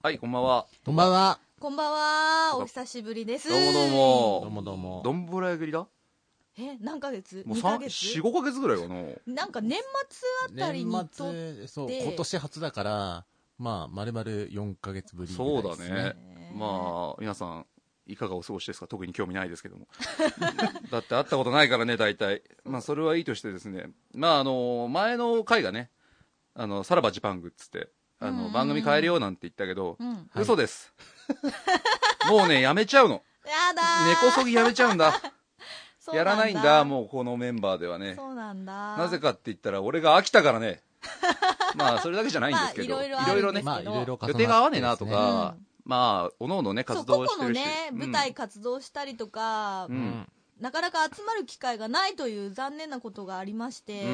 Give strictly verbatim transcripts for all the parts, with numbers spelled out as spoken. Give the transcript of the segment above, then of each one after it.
はい、こんばんは。 こんばんは。 こんばんは。お久しぶりです。 どうもどうも。 どうもどうも。 どんぶらいぶりだ？ え、何ヶ月？ もうにかげつ？ よん、ごかげつぐらいかな。 なんか年末あたりにとって。 年末、そう、今年初だから、まあ、丸々よんかげつぶり、ね。 そうだね。まあ、皆さん、いかがお過ごしですか？特に興味ないですけども。だって会ったことないからね、大体。まあ、それはいいとしてですね。まあ、あの、前の回がね、あの、さらばジパングっつって、あの、番組変えるよなんて言ったけど、うん、嘘です。はい、もうね、やめちゃうの。 やだー。 根こそぎやめちゃうんだ。やらないんだ、もうこのメンバーではね。 そうなんだ。 なぜかって言ったら、俺が飽きたからね。まあ、それだけじゃないんですけど、まあ、いろいろね、 まあ、いろいろ予定が合わねえなとか、うん、まあ、おのおのね、活動してるし。 そう、個々のね、舞台活動したりとか、うん、なかなか集まる機会がないという残念なことがありまして。うん。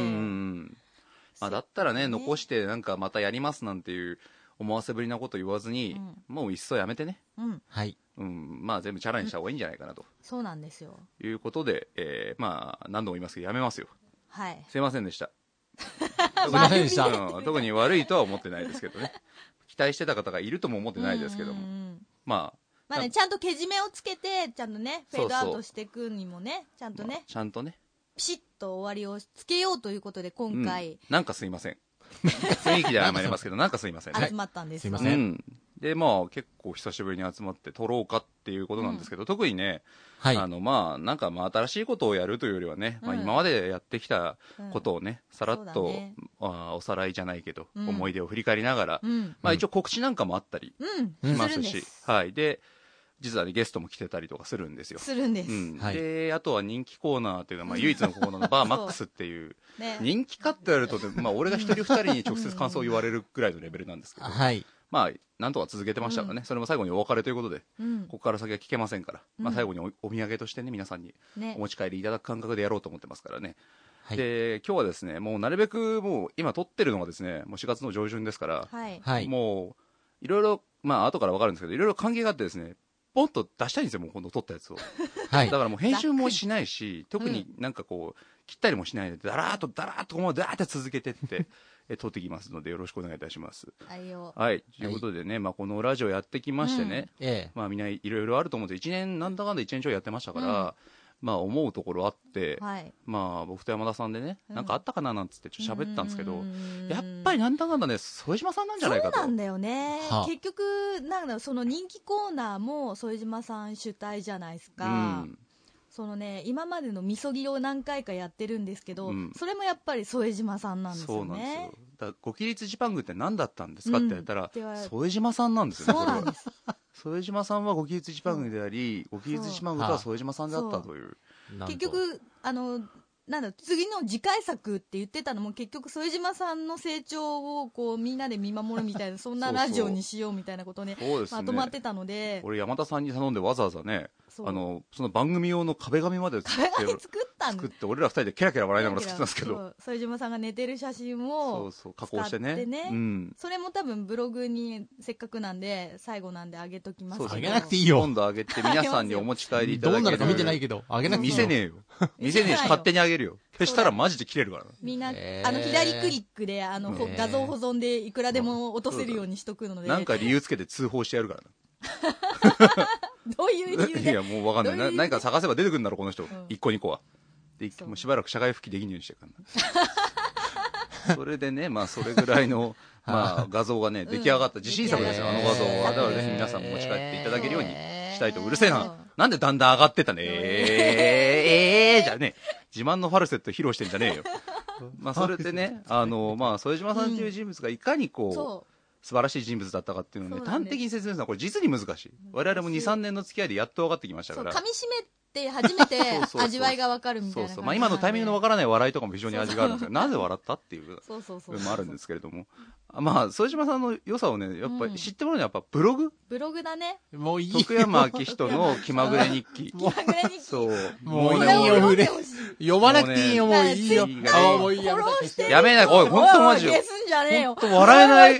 まあ、だったらね、残してなんかまたやりますなんていう思わせぶりなこと言わずに、うん、もういっそやめてね。 うん。 はい。 うん、まあ全部チャラにした方がいいんじゃないかなと、うん、 そうなんですよ。 いうことで、えー、まあ何度も言いますけどやめますよ。 はい。 すいませんでした。 すいませんでした。 うん、特に悪いとは思ってないですけどね。期待してた方がいるとも思ってないですけども、うんうんうん、まあまあね、ちゃんとけじめをつけてちゃんとねフェードアウトしていくにもねちゃんとね、まあ、 ちゃんとねピシッと終わりをつけようということで今回、うん、 なんかすいません。雰囲気で謝りますけどなんかすいませんね。 集まったんです。 すいません。うんでまあ結構久しぶりに集まって撮ろうかっていうことなんですけど、うん、特にね、はい、あのまあなんかまあ新しいことをやるというよりはね、うん、まあ、今までやってきたことをね、うん、さらっと、ね、あおさらいじゃないけど、うん、思い出を振り返りながら、うん、まあ一応告知なんかもあったりしますし、うん、はいで実は、ね、ゲストも来てたりとかするんですよ。 するんです、 うんはい、であとは人気コーナーというか、まあ、唯一のコーナーのバーマックスっていう、ね、人気かって言われると、まあ、俺が一人二人に直接感想を言われるぐらいのレベルなんですけど、 はい、 まあなんとか続けてましたからね、うん、それも最後にお別れということで、うん、ここから先は聞けませんから、うんまあ、最後に お, お土産としてね皆さんにお持ち帰りいただく感覚でやろうと思ってますからね。はい、で今日はですねもうなるべくもう今撮ってるのがですねもうしがつの上旬ですから、 はい、 もういろいろまあ後から分かるんですけどいろいろ関係があってですねポンと出したいんですよもう今度撮ったやつを、はい、だからもう編集もしないし特になんかこう切ったりもしないでだらーっとだらーっとこうダーって続けてってえ撮ってきますのでよろしくお願いいたします。はいということでね、まあ、このラジオやってきましてね、うんええまあ、みんないろいろあると思うんでいちねんなんだかんだいちねんちょいやってましたから、うんまあ、思うところあって、はいまあ、僕と山田さんでね、うん、なんかあったかななんつってちょっと喋ったんですけどやっぱりなんだかんだね副島さんなんじゃないかと。 そうなんだよね、はあ、結局なんだその人気コーナーも副島さん主体じゃないですか、うんそのね、今までのみそぎを何回かやってるんですけど、うん、それもやっぱり副島さんなんですよね。そうなんですよ。 だからご起立ジパングって何だったんですかって言ったら、うん、副島さんなんですよね。 そうなんです副島さんはご起立ジパングであり、ご起立ジパングとは副島さんであったという。 結局あのなんだ次の次回作って言ってたのも結局副島さんの成長をこうみんなで見守るみたいなそんなラジオにしようみたいなことをねまとまってたので、 俺山田さんに頼んでわざわざねあのその番組用の壁紙まで作って壁紙作ったん作って俺ら二人でケラケラ笑いながら作ってたんですけど副島さんが寝てる写真をそうそう加工してね、 ねうん、それも多分ブログにせっかくなんで最後なんで上げときますけど上げなくていいよ今度上げて皆さんにお持ち帰りいただけるどんなのか見てないけど上げなくていいよ見せねえよ見せねえし勝手に上げるよ消したらマジで切れるからみんな、えー、あの左クリックであの、えー、画像保存でいくらでも落とせるようにしとくのでなんか理由つけて通報してやるからなどういう理由でいやもう分かんないな何か探せば出てくるんだろこの人、うん、一個二個はでもうしばらく社外復帰できんようにしてるからなそれでねまあそれぐらいのまあ画像がね出来上がった自信作ですよ、うん、あの画像はだからぜひ皆さんも持ち帰っていただけるようにしたいとうるせえななんでだんだん上がってったねえーえーじゃね自慢のファルセット披露してんじゃねえよまあそれでねあのまあ副島さんという人物がいかにこう、うん、素晴らしい人物だったかっていうのをね端的に説明するのはこれ実に難しい我々も にさんねんの付き合いでやっと分かってきましたから噛み締めて初めて味わいが分かるみたいな感じそうそう、まあ、今のタイミングの分からない笑いとかも非常に味があるんですけどなぜ笑ったっていう部分もあるんですけれどもまあ副島さんの良さをねやっぱり知ってもらうにはやっぱブログブログだねもういい徳山明人の気まぐれ日記気まぐれ日記そうもういいよ触れ読まなくていいよもういいよあもういいややめないおい本当マジよ消すんじゃねえよ本当笑えない消すん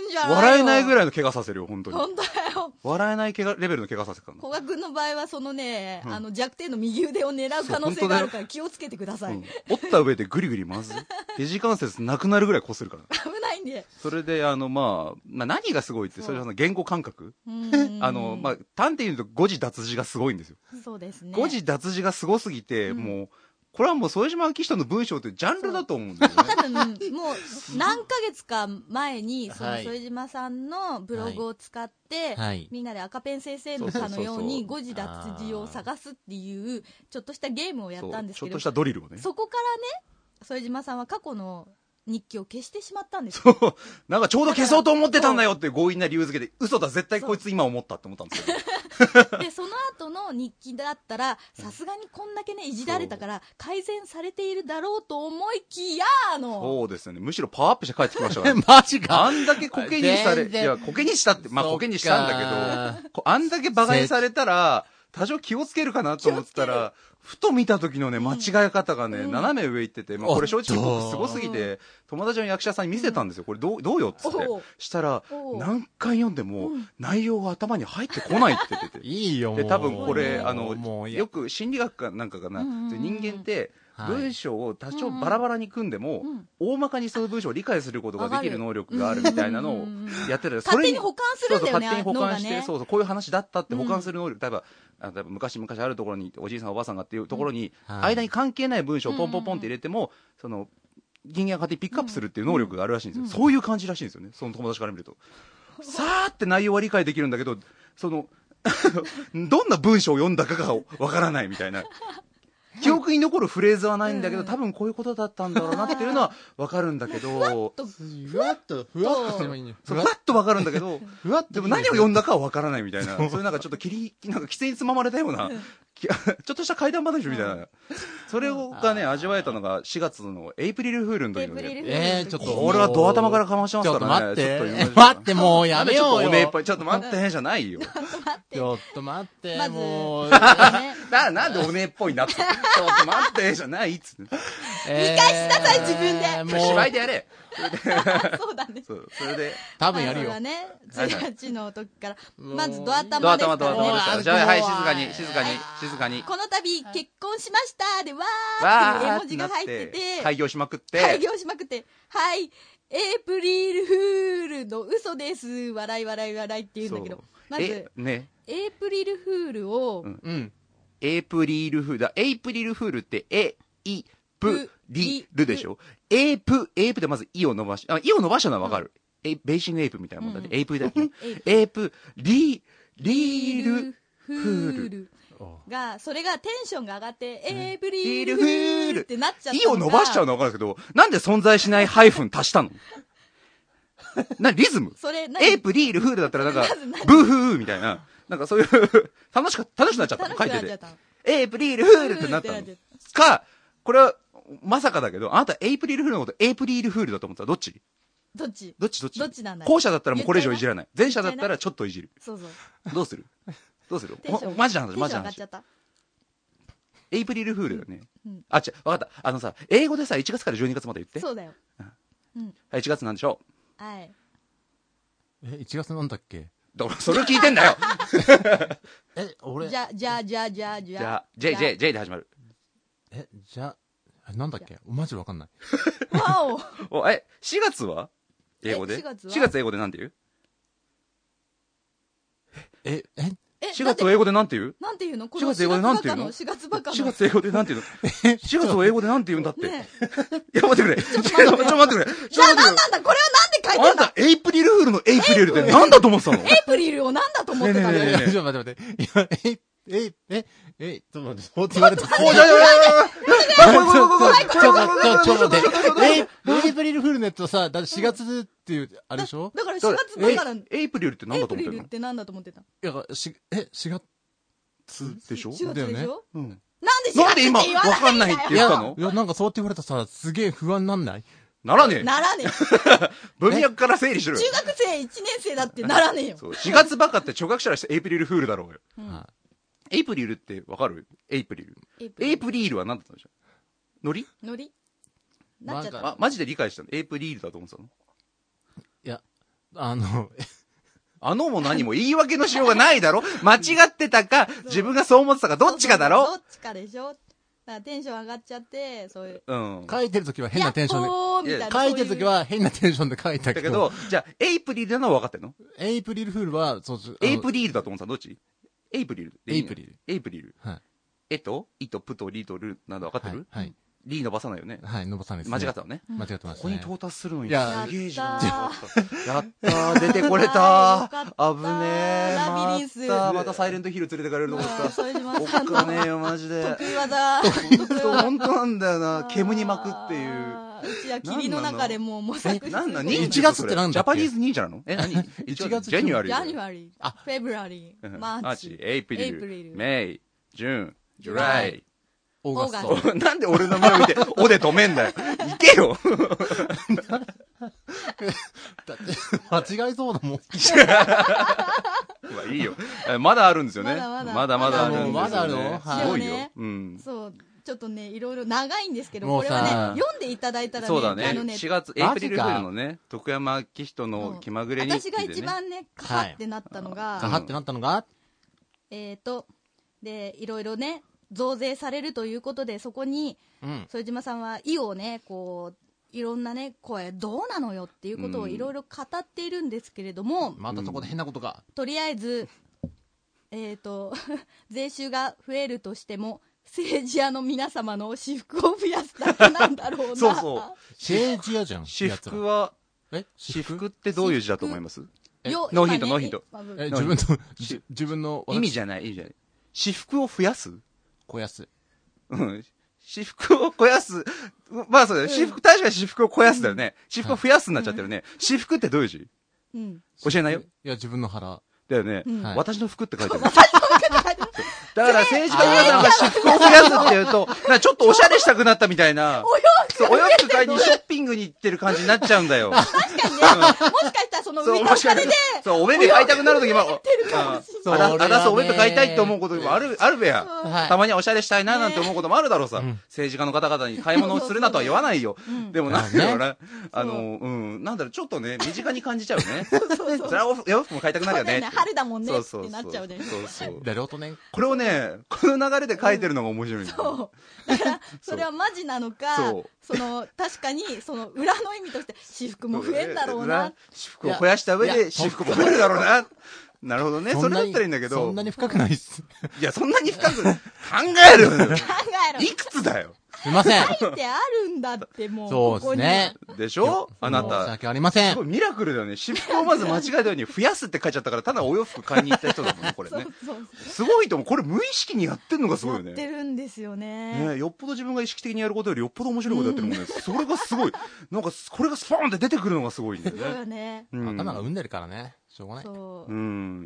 じゃないよ。 笑えないぐらいの怪我させるよ、本当に。 本当だよ。 笑えない怪我レベルの怪我させたの。 古賀君の場合は、そのね、 うんあの、弱点の右腕を狙う可能性があるから気をつけてください。 うん、折った上でグリグリ回す。肘関節なくなるぐらい擦るから。 危ないんで。 それで、あの、まあ、まあ、何がすごいって、それはその言語感覚。あの、まあ、端的に言うと誤字脱字がすごいんですよ。 そうですね。 誤字脱字がすごすぎて、 うん、 もう、これはもう副島明人の文章ってジャンルだと思うんだよね。 多分、もう何ヶ月か前に、その副島さんのブログを使って、はい、みんなで赤ペン先生のかのように誤字脱字を探すっていう、ちょっとしたゲームをやったんですけど、 ちょっとしたドリルをね。 そこからね、副島さんは過去の日記を消してしまったんですよ。そう。なんかちょうど消そうと思ってたんだよって強引な理由付けで、嘘だ、絶対こいつ今思ったって思ったんですよ。 で、その後の日記だったら、さすがにこんだけね、いじられたから、改善されているだろうと思いきやの。 そうですよね。むしろパワーアップして帰ってきましたから、 ね。マジか。 あんだけコケにされ、いや、コケにしたって、まあコケにしたんだけど、あんだけ馬鹿にされたら、多少気をつけるかなと思ったら、ふと見た時のね、間違え方がね、うん、斜め上行ってて、まあこれ正直僕すごすぎて、友達の役者さんに見せたんですよ。これどう、どうよっつって。したら、何回読んでも、内容が頭に入ってこないって言ってて。 いいよ、 で、多分これ、あの、よく心理学かなんかかな、人間って、文章を多少バラバラに組んでも、大まかにその文章を理解することができる能力があるみたいなのをやってて、 勝手に保管するんだよね。 そうそう、勝手に保管して、そうそう、こういう話だったって保管する能力、例えば、例えば昔々あるところに、おじいさんおばあさんがっていうところに、間に関係ない文章をポンポンポンって入れても、その、人間が勝手にピックアップするっていう能力があるらしいんですよ。そういう感じらしいんですよね。その友達から見ると。さーって内容は理解できるんだけど、その、どんな文章を読んだかがわからないみたいな。記憶に残るフレーズはないんだけど、多分こういうことだったんだろうなっていうのはわかるんだけど、 ふわっと、ふわっと、ふわっと、 ふわっとわかるんだけど、ふわっと、でも何を読んだかはわからないみたいな、そういうなんかちょっときり、なんか規制につままれたような、ちょっとした怪談話みたいな、それをがね、味わえたのがしがつのエイプリルフールの時のね。 えー、ちょっと。 これはドア玉からかましてますからね。 ちょっと待って。待って、もうやめようよ。 ちょっと待って、じゃないよ。 ちょっと待って。 ちょっと待って、もう。 な、なんでおねえっぽいなって。ちょっと待って、じゃないっつって。 理解しなさい、自分で。 もう。芝居でやれ。 そうだね。 そう、それで。 多分やるよ。 そうだね。じゅうはちの時から。まずドア玉ですからね。 ドア玉、ドア玉ですから。じゃあ、はい、静かに、静かに、静かに。 この度、結婚しましたで、わーっていう絵文字が入ってて。 開業しまくって。 開業しまくって。はい。エイプリルフールの嘘です。笑い笑い笑いって言うんだけど。まず、 ね。 エイプリルフールを、 うん。エイプリルフールだ。エイプリルフールって、エ、イ、プ、リルでしょ。エイプ、エイプでまずイを伸ばし、あ、イを伸ばしたのはわかる。エイ、ベーシングエイプみたいなもんだって。エイプだよね。エイプ、リ、リルフール。 が、それがテンションが上がって、エイプリルフールってなっちゃったのが。 イを伸ばしちゃうのはわかるけど、なんで存在しないハイフン足したのな、リズムそれ、 エイプリルフールだったらなんか、ブーフーみたいな。なんかそういう楽しか、楽しくなっちゃったの書いてて。エイプリルフールってなったの。か、これは、まさかだけど、あなたエイプリルフールのことエイプリルフールだと思ったらどっちどっちどっちどっちどっちなんだ後者だったらもうこれ以上いじらない。前者だったらちょっといじる。 そうそう。 どうするどうするマジな話、マジな話。エイプリルフールだよね。あ、違う、わかった。あのさ、英語でさ、いちがつからじゅうにがつまで言って。 そうだよ。 うん。はい、いちがつなんでしょうはい。 え、いちがつなんだっけだから、それを聞いてんだよえ、俺。 じゃ、じゃ、じゃ、じゃ、じゃ。じゃ、 J、J、J で始まる。 え、じゃ、なんだっけマジわかんない。 わおお、え、しがつは英語で ?しがつは ?しがつ英語でなんて言うえ、えしがつを英語でなんて言うなんて言うのしがつ英語でなんて言うの ?しがつバカの。 しがつ英語でなんて言うの ?しがつを英語でなんて言うんだって。いや、待ってくれ。ちょっと待ってくれ。ちょっと待ってくれ。 じゃあ何なんだこれはなんで書いてんだあんた、エイプリルフールのエイプリルってなんだと思ってたのエイプリルをなんだと思ってたのちょっと待って待って。いや、え、え、え、え、ちょっと待って、そうって言われた。 おいやいやいやいやちょっと、ちょっと待って。エイプリルフールのやつはさ、だってしがつっていう、あれでしょだからしがつバカなんエイプリルってなんだと思ってたのエイプリルってなんだと思ってたいや、し、え、しがつでしょしがつでしょうん。 なんでしがつって言わないんだよなんで今、わかんないって言ったのいや、なんかそうって言われたらさ、すげえ不安なんないならねえ。 ならねえ。 文脈から整理しろよ。 中学生いちねん生だってならねえよ。 そう。しがつバカって小学者らしてエイプリルフールだろうよ。エイプリルってわかるエイプリル。エイプリルは何だったんでしょうノリノリなっちゃった。 ま、マジで理解したのエイプリルだと思ってたのいや、 あの、 あのも何も言い訳のしようがないだろ。間違ってたか、自分がそう思ってたか、どっちかだろ。 どっちかでしょ。だからテンション上がっちゃって、そういう。 うん。 書いてるときは変なテンションで。 みたいな。 書いてるときは変なテンションで書いたけど。だけど、 じゃあ、エイプリルなのは分かってんの？ エイプリルフールは、そうそう。 エイプリルだと思ってたどっち？エイプリル。 エイプリル。 エイプリル。はい。えと、イとプとリとルなど分かってる？ はい。 リ伸ばさないよね。 はい、伸ばさないです。 間違ったのね。 間違ってます。 ここに到達するのに、 いや、 すげえじゃん。やったー、出てこれたー。危ねー。 ラビリンス。 また、またサイレントヒル連れてかれると思った。おっかねえよ、マジで。 得意技。 本当なんだよな。煙に巻くっていう。 うちは霧の中でもう模索してる。 なんなの？ いちがつってなんだっけ？ ジャパニーズ忍者なの？え、何？ いちがつ。ジャニュアリー。 ジャニュアリー。あ、フェブラリー。マーチ。 エイプリル。メイ。ジュン。ジュライ。 オーガスト。なんで俺の前見て、おで止めんだよ。行けよだって、間違いそうだもん。 まあいいよ。まだあるんですよね。 まだまだ。 まだまだあるんですよね。 まだあるの？ すごいよ。 うん。そう。ちょっとね、いろいろ長いんですけど、これはね、読んでいただいたらね、 そうだね。しがつ、エイプリルフールのね、徳山明人の気まぐれに。 私が一番ね、カハってなったのが、 カハってなったのが、 えっと、で、いろいろね、増税されるということで、そこに、副島さんは意をね、こう、いろんなね、声、どうなのよっていうことをいろいろ語っているんですけれども、 またそこで変なことが。 とりあえず、えっと、税収が増えるとしても、政治家の皆様の私服を増やすだけなんだろうな。 そうそう。 政治家じゃん。 私服は、え私服ってどういう字だと思います？ノーヒント、ノーヒント。 え、自分の、自分の。 意味じゃない、意味じゃない。私服を増やす？ 肥やす。 うん。私服を肥やす。まあそうだよ。私服、確かに私服を肥やすだよね。私服を増やすになっちゃってるね。私服ってどういう字？うん。教えないよ。 いや、自分の腹。 だよね。私の服って書いてある。だから政治家の皆さんが私服を増やすって言うと、ちょっとおしゃれしたくなったみたいな。お洋服買いにショッピングに行ってる感じになっちゃうんだよ。 確かにね。もしかしたらその上のお金で。 そう、お目目買いたくなるときも、あだすお目目買いたいって思うこともある、あるべや。たまにはおしゃれしたいななんて思うこともあるだろうさ。政治家の方々に買い物をするなとは言わないよ。でもなんだろうな。あの、うん、なんだろう、ちょっとね、身近に感じちゃうね。それはお洋服も買いたくなるよね。 春だもんねってなっちゃうね。 そうそう。 だろうとね。 これをね、この流れで書いてるのが面白い。 そう。だから、それはマジなのか、その、確かに、その、裏の意味として、私服も増えんだろうな。 私服を肥やした上で、私服も増えるだろうな。なるほどね。それだったらいいんだけど。 そんなに深くないっす。 いや、そんなに深く、考えるよ。考えろ。 いくつだよ。 すいません。 書いてあるんだって、もう。 そうですね。 でしょあなた。 申し訳ありません。 すごいミラクルだよね。私服をまず間違えたように増やすって書いちゃったから、ただお洋服買いに行った人だもんね、これね。すごいと思う。これ無意識にやってんのがすごいよね。 やってるんですよね。 ねよっぽど自分が意識的にやることよりよっぽど面白いことやってるもんね。それがすごい。なんか、これがスポーンって出てくるのがすごいんだよね。 そうよね。 頭が産んでるからね。しょうがない。 そう。 うん。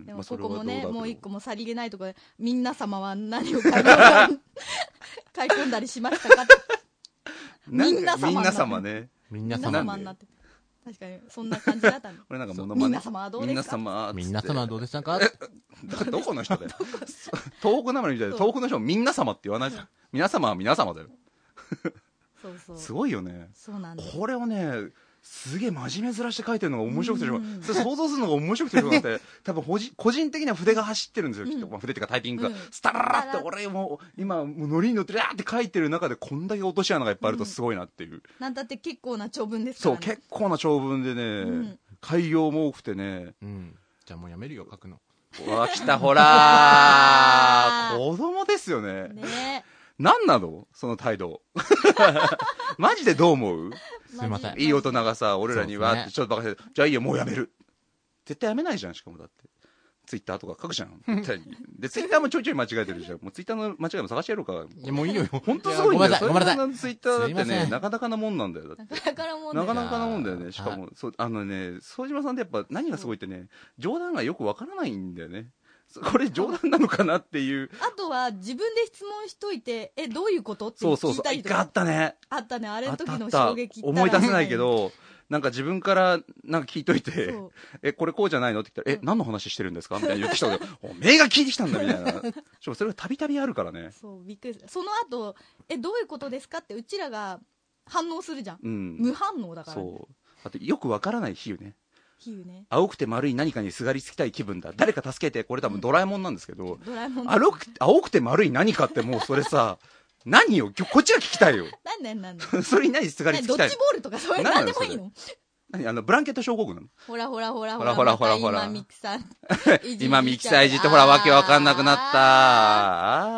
でもここもね、もう一個もさりげないところで、みんな様は何を買い込んだりしましたかみんな様。 みんな様ね。 みんな様になって。確かに、そんな感じだったの。 これなんかモノマネ。 みんな様はどうですかみんな様はどうでしたかどこの人だよ。東北なのにみたいな。東北の人もみんな様って言わないじゃん。皆様は皆様だよ。 そうそう。 すごいよね。 そうなんだ。 これをね、すげえ真面目ずらして書いてるのが面白くてしょうがない。それ想像するのが面白くてしょうがなくて、多分個人的には筆が走ってるんですよ、きっと。まあ筆っていうかタイピングが。スタララって俺もう、今、もうノリに乗ってラーって書いてる中でこんだけ落とし穴がいっぱいあるとすごいなっていう。 なんだって結構な長文ですからね。そう、結構な長文でね、改行も多くてね。 うん。じゃあもうやめるよ、書くの。 うわ、来た、ほらー。子供ですよね。 ね何なのその態度。マジでどう思う？ すいません。 いい大人がさ、俺らにはってちょっとバカして、じゃあいいよ、もうやめる。絶対やめないじゃん、しかもだって。ツイッターとか書くじゃん。絶対に。で、ツイッターもちょいちょい間違えてるじゃん。もうツイッターの間違いも探してやろうか。 いや、もういいよ。 ほんとすごいんだよ。 ごめんなさい、ごめんなさい。 ツイッターだってね、なかなかなもんなんだよ。だって。 なかなかなもんだよ。 なかなかなもんだよね。しかも、そう、あのね、副島さんってやっぱ何がすごいってね、冗談がよくわからないんだよね。これ冗談なのかなっていう。 あとは自分で質問しといて、え、どういうことって聞いたりとか。 そうそうそう。一回あったね。 あったね。あれの時の衝撃って思い出せないけど、なんか自分からなんか聞いといて、え、これこうじゃないのって言ったら、え、何の話してるんですかみたいな言ってきたけど、おめえが聞いてきたんだみたいな。しかもそれがたびたびあるからね。 そう、びっくりする。その後、え、どういうことですかってうちらが反応するじゃん。 うん。 無反応だから。 そう。あとよくわからない比喩ね。 比喩ね。 青くて丸い何かにすがりつきたい気分だ。誰か助けて。これ多分ドラえもんなんですけど。 ドラえもん。 青く青くて丸い何かってもうそれさ、何よ、こっちが聞きたいよ。 なんなんなんなん。 それに何すがりつきたいの。 ドッジボールとかそういうの何でもいいの。 何あの、ブランケット症候群なの。 ほらほらほらほらほらほらほら。 今ミキサー。 今ミキサーいじってほらわけわかんなくなった。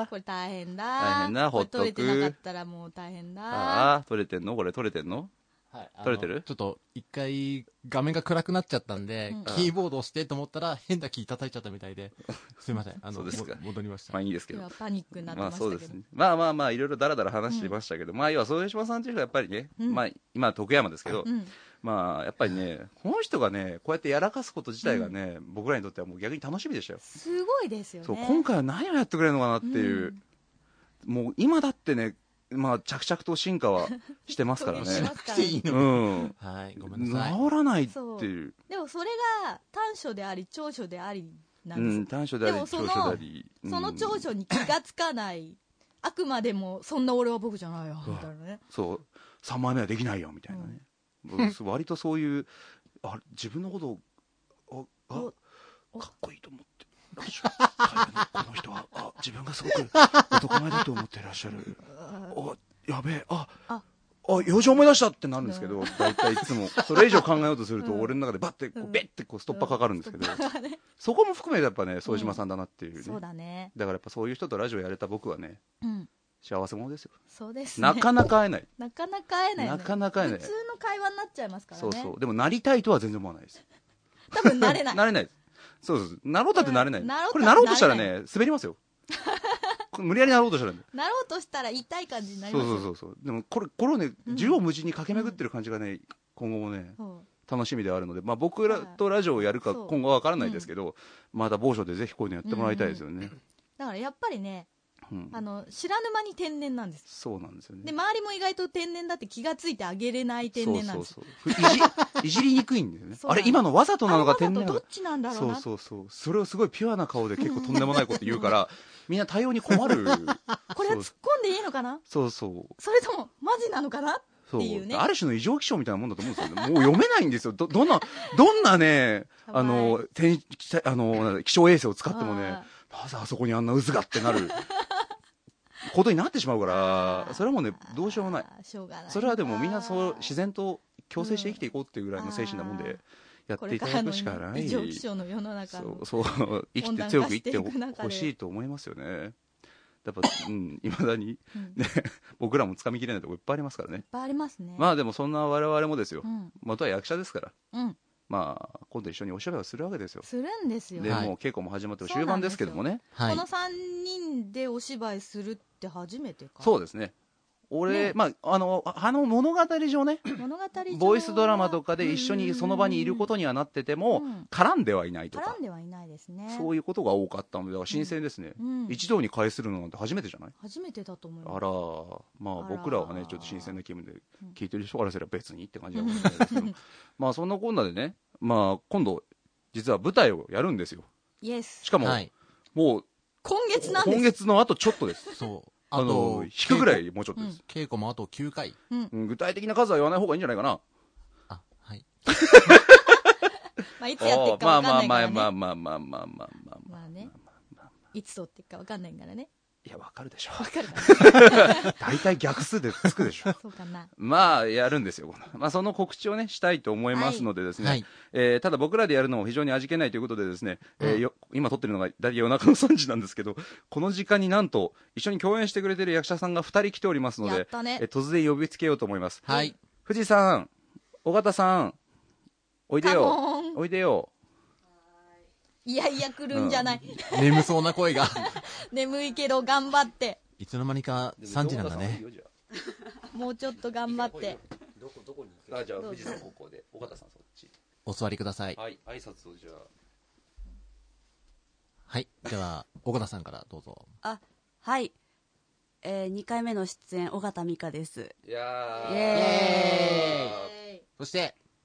これ大変だ。 大変だ、ほっとく。 取れてなかったらもう大変だ。 ああ、取れてんのこれ取れてんのはい。 取れてるちょっと、一回、画面が暗くなっちゃったんで、うん、キーボードを押してと思ったら、変なキー叩いちゃったみたいで、すいません。あの、そうですか。戻りました。 まあいいですけど。 パニックになってましたけど。 まあそうですね。まあまあまあ、いろいろだらだら話してましたけど、うん、まあ要は、副島さんという人はやっぱりね、うん、まあ今、徳山ですけど、うん、まあやっぱりね、この人がね、こうやってやらかすこと自体がね、うん、僕らにとってはもう逆に楽しみでしたよ。 すごいですよね。 そう、今回は何をやってくれるのかなっていう、うん、もう今だってね、まあ、着々と進化はしてますからね。 しなくていいの。 うん。 はい、ごめんなさい。 治らないっていう。 でもそれが短所であり、長所でありなんですよ。 うん、短所であり、長所であり。 その長所に気がつかない。あくまでも、そんな俺は僕じゃないよ、みたいなね。 そう。さんまいめはできないよ、みたいなね。うん、割とそういう、あ自分のことを、あ、あかっこいいと思って。この人はあ自分がすごく男前だと思ってらっしゃるあやべえああ用事思い出したってなるんですけど大体いつもそれ以上考えようとすると俺の中でバッてこうベッてこうストッパーかかるんですけどそこも含めてやっぱね副島さんだなっていうねそうだねだからやっぱそういう人とラジオやれた僕はね幸せ者ですよそうですなかなか会えないなかなか会えないなかなか会えない普通の会話になっちゃいますからねそうそうでもなりたいとは全然思わないです多分なれないなれないですそうそうなろうだってなれないこれなろうとしたらね滑りますよ無理やりなろうとしたらねなろうとしたら痛い感じになりますよそうそうそうでもこれこれをね縦横無尽に駆け巡ってる感じがね今後もね楽しみであるのでまあ僕らとラジオをやるか今後は分からないですけどまた某所でぜひこういうのやってもらいたいですよねだからやっぱりねうん、あの知らぬ間に天然なんですそうなんですよねで周りも意外と天然だって気がついてあげれない天然なんですそうそうそうい, じいじりにくいんだよねあれ今のわざとなのか天然なのかどっちなんだろうなそうそうそうそれをすごいピュアな顔で結構とんでもないこと言うからみんな対応に困るこれは突っ込んでいいのかなそうそうそれともマジなのかなっていうねある種の異常気象みたいなもんだと思うんですよねもう読めないんですよ ど, どんなどんなねあの天あの気象衛星を使ってもねなぜあそこにあんな渦がってなることになってしまうからそれはもうねどうしようもないしょうがないそれはでもみんなそう自然と共生して生きていこうっていうぐらいの精神なもんでやっていただくしかない。 異常気象の世の中のそうそう生きて強く生きてほしいと思いますよね。やっぱうんいまだに、うん、ね僕らもつかみきれないとこいっぱいありますからね。いっぱいありますね。 まあでもそんな我々もですよ。 うん、 元は役者ですから。 うんまあ、今度一緒にお芝居をするわけですよ。 するんですよ。 で、はい、もう稽古も始まって終盤ですけどもね。 はい、このさんにんでお芝居するって初めてか。 そうですね。俺、ね、まあ、あの、あの物語上ね、 物語上ボイスドラマとかで一緒にその場にいることにはなってても、うん、絡んではいないとか。 絡んではいないですね。 そういうことが多かったので、だから新鮮ですね。うんうん、一堂に会するのなんて初めてじゃない？ 初めてだと思います。 あら、まあ僕らはね、ちょっと新鮮な気分で聞いてる人からすれば別にって感じなんですけど、まあそんなこんなでね、まあ今度、実は舞台をやるんですよ。 イエス。 しかも、はい、もう、 今月なんです。 今月のあとちょっとです。 そう。 あの、引くぐらいもうちょっとです。 稽古もあときゅうかい、 うん。 具体的な数は言わない方がいいんじゃないかな。 あ、はい。 まあ、いつやっていくか分かんないからね。 まあまあまあまあまあまあまあまあまあね。いつ取っていくか分かんないからね。 いや、わかるでしょ。 わかるかな。 大体逆数でつくでしょ。 そうかな。 まあ、やるんですよ。まあ、その告知をね、したいと思いますのでですね。はい、えー、ただ僕らでやるのも非常に味気ないということでですね、うん、えー、よ今撮ってるのが大体夜中のさんじなんですけど、この時間になんと一緒に共演してくれてる役者さんがふたり来ておりますので、 やったね、 えー、突然呼びつけようと思います。 はい。 富士さん、尾形さん、おいでよ。おいでよ。 いやいや来るんじゃない。 うん、眠そうな声が。 眠いけど頑張って。 いつの間にかさんじなんだね。 もうちょっと頑張って。 どこどこに行く？あ、じゃあ富士山高校で尾形さんそっち。 お座りください。 はい、挨拶をじゃあ。 はい、では尾形さんからどうぞ。 あ、はい。えー、にかいめの出演尾形美香です。 いやー。 イエーイ。 そして、 あ、は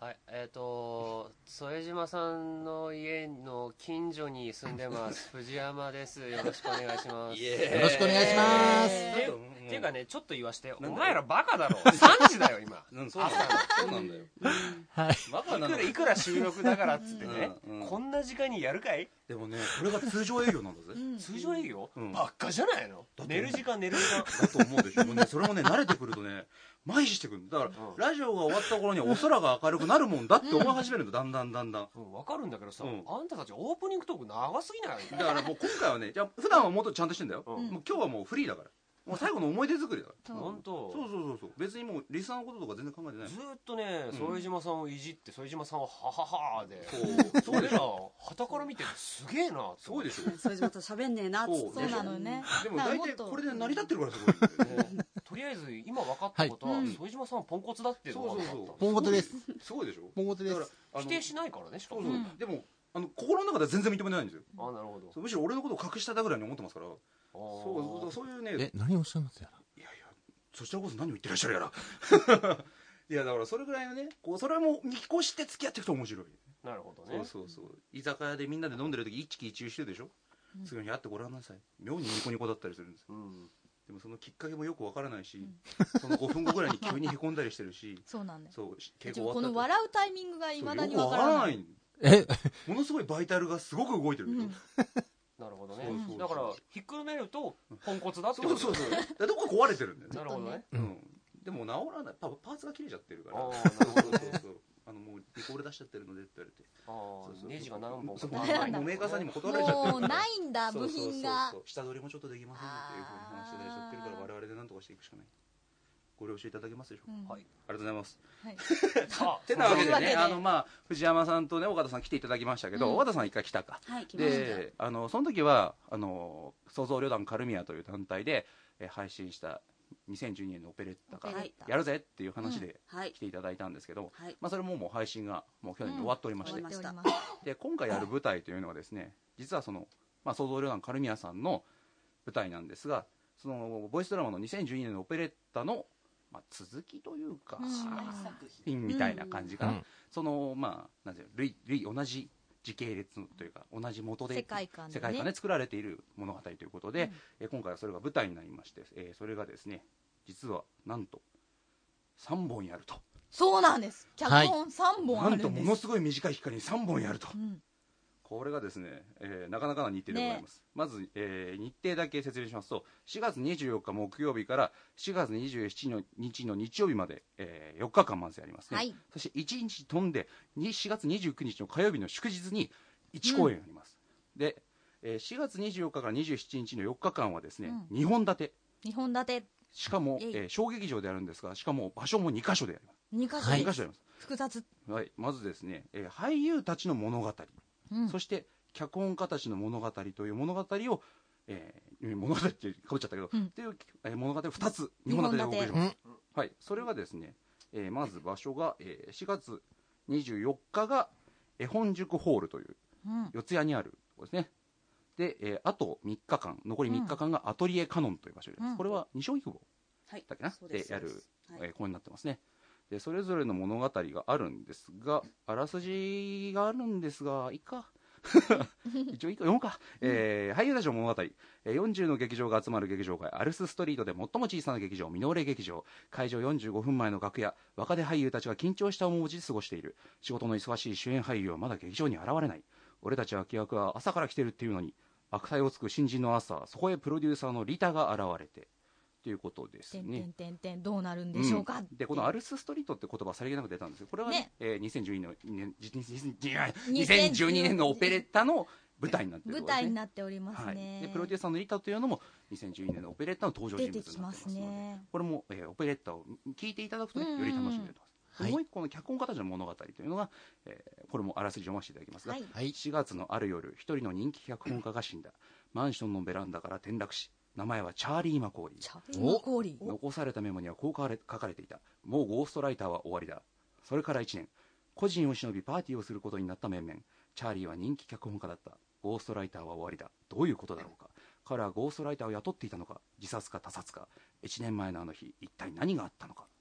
はい、えっ、ー、と副島さんの家の近所に住んでます藤山です。よろしくお願いします。 よろしくお願いします。 ってっていうかね、ちょっと言わして、お前らバカだろ、さんじだよ今。 うん、そうなんだよ。そうなんだよ。 はい。 バカなの。 いくらいくら収録だからっつってね、 うんうん、 こんな時間にやるかい。 でもね、これが通常営業なんだぜ。 うん、通常営業、 うん、 ばっかじゃないの。寝る時間寝る時間だと思うでしょ。もうね、それもね、慣れてくるとね、麻痺してくる。だから、うん、ラジオが終わった頃にはお空が明るくなるもんだって思い始めるの、だんだんだんだん。 うん、分かるんだけどさ、うん、あんたたちオープニングトーク長すぎない？ だからもう今回はね、じゃあ普段はもっとちゃんとしてんだよ。うん、もう今日はもうフリーだから。もう最後の思い出作りだから。 本当。 そうそうそうそう。別にもうリスナーのこととか全然考えてない。 ずっとね、副島さんをいじって副島さんははははで、 そうそうでしょ。 旗から見てすげえな。 そうでしょ。 副島と喋んねえな。 そうなのよね。 でも大体これで成り立ってるからすごい。 とりあえず今分かったことは副島さんはポンコツだっていうのが分かった。そうそうそう。 ポンコツです。 すごいでしょ。 ポンコツです。 否定しないからね。 そうそう。でもあの心の中では全然認めないんですよ。 あ、なるほど。 むしろ俺のことを隠しただぐらいに思ってますから。そうそういうね。 え、何をおっしゃいますやら。 いやいや、そちらこそ何を言ってらっしゃるやら。いやだからそれぐらいのね、こうそれも見越して付き合っていくと面白い。 なるほどね。 そうそうそう。居酒屋でみんなで飲んでる時一喜一憂してるでしょ。すぐに会ってごらんなさい。妙にニコニコだったりするんです。でもそのきっかけもよくわからないし、そのごふんごぐらいに急にへこんだりしてるし。 そうなんだよ。 そう。 稽古終わった。この笑うタイミングがいまだにわからない。 え、 ものすごいバイタルがすごく動いてるでしょ。 なるほどね。だからひっくるめるとポンコツだってこと。 そうそうそう。どこか壊れてるんだよね。 なるほどね。 うん。でも治らない。パーツが切れちゃってるから。 ああ、なるほど。 そうそう。あのもうリコール出しちゃってるのでって言われて。 ああ、ネジが何本か。 もうメーカーさんにも断られちゃってる。 もうないんだ部品が。 下取りもちょっとできませんっていうふうに話してやってるから我々で何とかしていくしかない。ご了承いただけますでしょうか。はい。ありがとうございます。はい。てなわけでね、あのまあ藤山さんとね尾形さん来ていただきましたけど、尾形さん一回来たか。 はい、来ました。 で、あのその時はあの創造旅団カルミアという団体で配信したにせんじゅうにねんのオペレッタがやるぜっていう話で来ていただいたんですけど、まあそれももう配信がもう去年で終わっておりまして、で今回やる舞台というのはですね、実はそのまあ創造旅団カルミアさんの舞台なんですが、そのボイスドラマのにせんじゅうにねんのオペレッタのまあ、続きというか、作品みたいな感じかな、うん、そのまあなんていうの類類同じ時系列というか同じ元で世界観で、ね、 世界観で作られている物語ということで、うん、え今回はそれが舞台になりまして、えー、それがですね実はなんとさんぼんやると。 そうなんです。脚本さんぼんあるんです。 なんとものすごい短い期間にさんぼんやると、うん、これがですね、えー、なかなかな日程でございます、ね、まず、えー、日程だけ説明しますとしがつにじゅうよっか木曜日からしがつにじゅうしちにちの日曜日まで、えー、よっかかんまずやりますね、はい、そしていちにち飛んでしがつにじゅうくにちの火曜日の祝日にいち公演あります、うん、で、えー、しがつにじゅうよっかからにじゅうしちにちのよっかかんはですね、うん、にほん立てにほん立てしかも、えー、小劇場であるんですがしかも場所もにかしょでやりますにかしょ、 はい、にかしょやります複雑、 はい、まずですね、えー、俳優たちの物語、うん、そして脚本家たちの物語という物語を、えー、物語ってかぶっちゃったけど、うん、っていう、えー、物語をふたつにほん立てでお送りします、はい、それがですね、えー、まず場所が、えー、しがつにじゅうよっかが絵本塾ホールという、うん、四谷にあるところですねで、えー、あとみっかかん残りみっかかんがアトリエカノンという場所で、うん、これは西荻窪だっけな、はい、でやる、はいえー、公演になってますねでそれぞれの物語があるんですがあらすじがあるんですがいいか一応いいか読むか、えー、俳優たちの物語よんじゅうの劇場が集まる劇場街アルスストリートで最も小さな劇場ミノーレ劇場会場よんじゅうごふんまえの楽屋若手俳優たちが緊張した面持ちで過ごしている仕事の忙しい主演俳優はまだ劇場に現れない俺たち脇役は朝から来てるっていうのに悪態をつく新人の朝そこへプロデューサーのリタが現れてということですね。 てんてんてんどうなるんでしょうか、 うん、でこのアルスストリートって言葉さりげなく出たんですけどこれは、ねねえー、にせんじゅうにねんにせんじゅうにねんのオペレッタの舞台になっている、ね、 舞台になっておりますね、はい、 でプロデューサーのリタというのもにせんじゅうにねんのオペレッタの登場人物になってますのでね、これも、えー、オペレッタを聞いていただくと、ね、より楽しめると思います、はい、もう一個の脚本家たちの物語というのが、えー、これもあらすじ読ませていただきますが、はい、しがつのある夜一人の人気脚本家が死んだマンションのベランダから転落し名前はチャーリー・マコーリー。 チャーリー・マコーリー。 残されたメモにはこう書かれ、書かれていた。もうゴーストライターは終わりだ。それからいちねん。個人を忍びパーティーをすることになった面々。チャーリーは人気脚本家だった。ゴーストライターは終わりだ。どういうことだろうか。彼はゴーストライターを雇っていたのか。自殺か他殺か。いちねんまえのあの日、一体何があったのか。ということで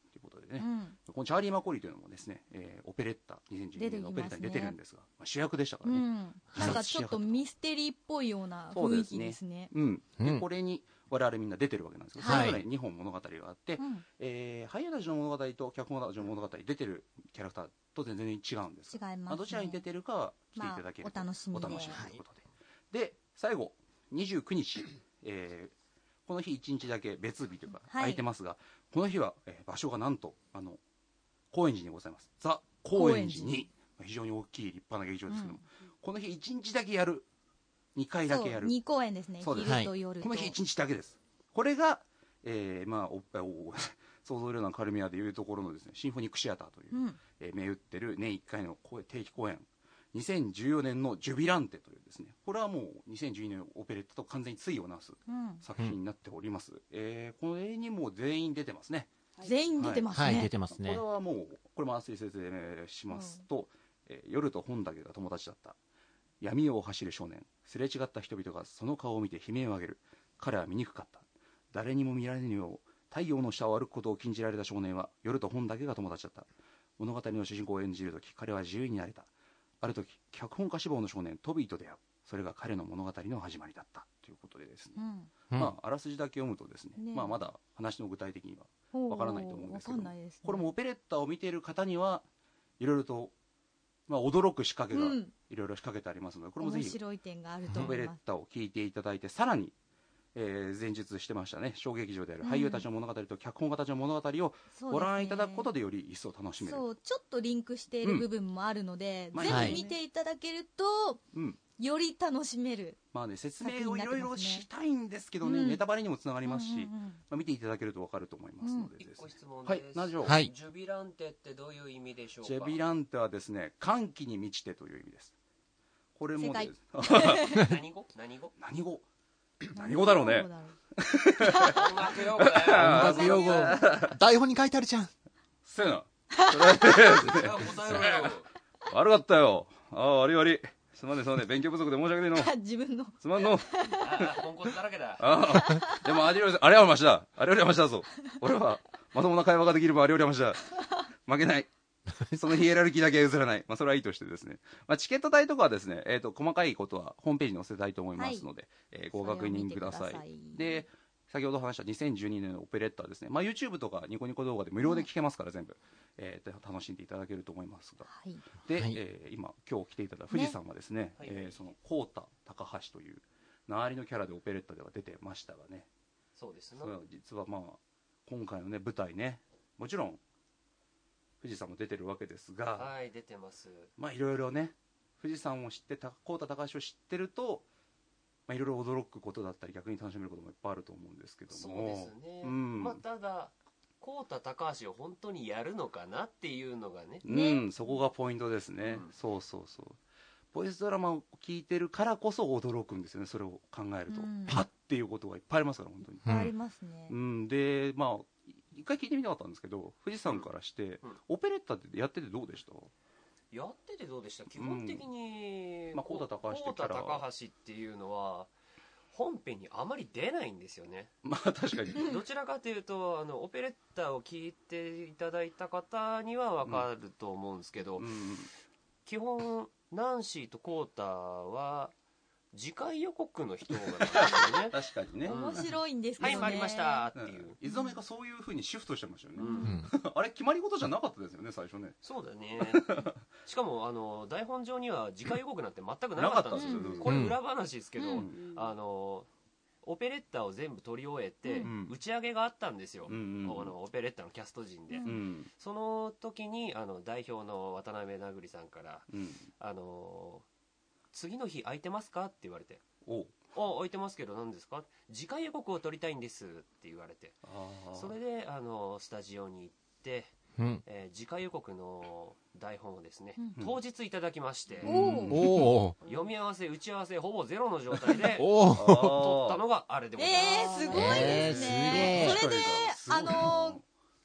でね、うん、このチャーリー・マコリーというのもですね、えー、オペレッタにせんじゅうにねんのオペレッタに出てるんですが、まあ、主役でしたからね、うん、 なんかちょっとミステリーっぽいような雰囲気ですね。 うん、でこれに我々みんな出てるわけなんですけど、それぞれにほん物語があって、はい、えー、俳優たちの物語と脚本たちの物語出てるキャラクターと全然違うんです。 違いますね。 まあ、どちらに出てるかは来ていただけると、 まあ、お楽しみで、 お楽しみということで、はい、で最後にじゅうくにち、えー、この日いちにちだけ別日というか空いてますが、はい、この日は、えー、場所がなんとあの高円寺にございます。ザ・高円寺に非常に大きい立派な劇場ですけども、うん、この日いちにちだけやる、にかいだけやる、 に公演ですね、昼と夜と、 この日いちにちだけです。これが、えー、まあおお想像量のカルミアでいうところのですね、シンフォニックシアターという、うん、えー、銘打ってる年いっかいの定期公演、にせんじゅうよねんのジュビランテというですね、これはもうにせんじゅうにねんのオペレッタと完全に対をなす作品になっております、うん、えー、これにも全員出てますね。 全員出てますね、 はいはい、出てますね。 これはもうこれもあっさり説明しますと、うん、えー、夜と本だけが友達だった、闇を走る少年、すれ違った人々がその顔を見て悲鳴を上げる、彼は醜かった、誰にも見られぬよう太陽の下を歩くことを禁じられた少年は夜と本だけが友達だった。物語の主人公を演じるとき彼は自由になれた。あるとき脚本家志望の少年トビーと出会う。それが彼の物語の始まりだったということでですね、うん、まああらすじだけ読むとですね、ね、まあ、まだ話の具体的にはわからないと思うんですけど、ね、これもオペレッタを見ている方にはいろいろと、まあ、驚く仕掛けがいろいろ仕掛けてありますので、これもぜひ面白い点があると思います。 オペレッタを聞いていただいて、さらにえー、前述してましたね、小劇場である俳優たちの物語と脚本家たちの物語をご覧いただくことでより一層楽しめる、 そう、ちょっとリンクしている部分もあるので、うん、全部見ていただけると、はい、より楽しめる、 まあね、説明をいろいろしたいんですけどね、うん、ネタバレにもつながりますし、うんうんうん、まあ、見ていただけると分かると思いますので、 一、うん、個質問です、はい、 何でしょう、 はい、 ジュビランテってどういう意味でしょうか。 ジュビランテはですね、歓喜に満ちてという意味です。これもです何語何語何語何語だろうね。 音楽用語だよ。 音楽用語。台本に書いてあるじゃん。 せやな。悪かったよ。ああ、悪い悪い。すまねえすまねえ。勉強不足で申し訳ねえの。 自分の。 すまんの。ああ、ポンコツだらけだ。 ああ。でもあれより、あれはマシだ。あれよりはマシだぞ。俺は、まともな会話ができればあれよりはマシだ。負けない。そのヒエラルキーだけは譲らない。まあ、それはいいとしてですね。まあ、チケット代とかはですね、えっと、細かいことはホームページに載せたいと思いますので、はい、えー、ご確認ください。で、先ほど話したにせんじゅうにねんのオペレッタはですね、まあ、YouTube とかニコニコ動画で無料で聴けますから、全部、えー、楽しんでいただけると思いますが。はい、で、はい、えー、今、今日来ていただいた富士山はですね、ね、えー、その、コータ高橋という、周りのキャラでオペレッタでは出てましたがね。 そうですね。 実はまあ、今回のね、舞台ね、もちろん、富士山も出てるわけですが、 はい、出てます。 まあいろいろね、富士山を知ってたコータ高橋を知ってると、まあいろいろ驚くことだったり逆に楽しめることもいっぱいあると思うんですけども。 そうですね。うん、まあただコータ高橋を本当にやるのかなっていうのがね。 うん、ね、そこがポイントですね。うん、そうそうそう。ボイスドラマを聞いてるからこそ驚くんですよね。それを考えると、うん、パッっていうことがいっぱいありますから本当に。いっぱいありますね。 うん、でまあ。一回聞いてみたかったんですけど、富士山からして、うんうん、オペレッタってやっててどうでした？ やっててどうでした？基本的に、 うん、まあ、コータ高橋コータ高橋っていうのは本編にあまり出ないんですよね。 まあ確かにどちらかというとあのオペレッタを聞いていただいた方には分かると思うんですけど、うんうん、基本ナンシーとコータは次回予告の人がなんですよね。 確かにね。 面白いんですけどね。 はい、参りましたっていう。 いずめがそういう風にシフトしてましたよね。うん、あれ決まり事じゃなかったですよね、最初ね。 そうだね。しかもあの台本上には次回予告なんて全くなかったんですよ。うん、これ裏話ですけど、うん、あのオペレッタを全部撮り終えて、うん、打ち上げがあったんですよ。うんうん、あのオペレッタのキャスト陣で。うん、その時にあの代表の渡辺なぐりさんから、うん、あの。次の日空いてますかって言われて、おお空いてますけど何ですか、次回予告を撮りたいんですって言われて、それであのスタジオに行って、うんえー、次回予告の台本をですね、うん、当日いただきまして、うん、読み合わせ打ち合わせほぼゼロの状態で撮ったのがあれでございます。 えー、すごいですね。えー、それであのー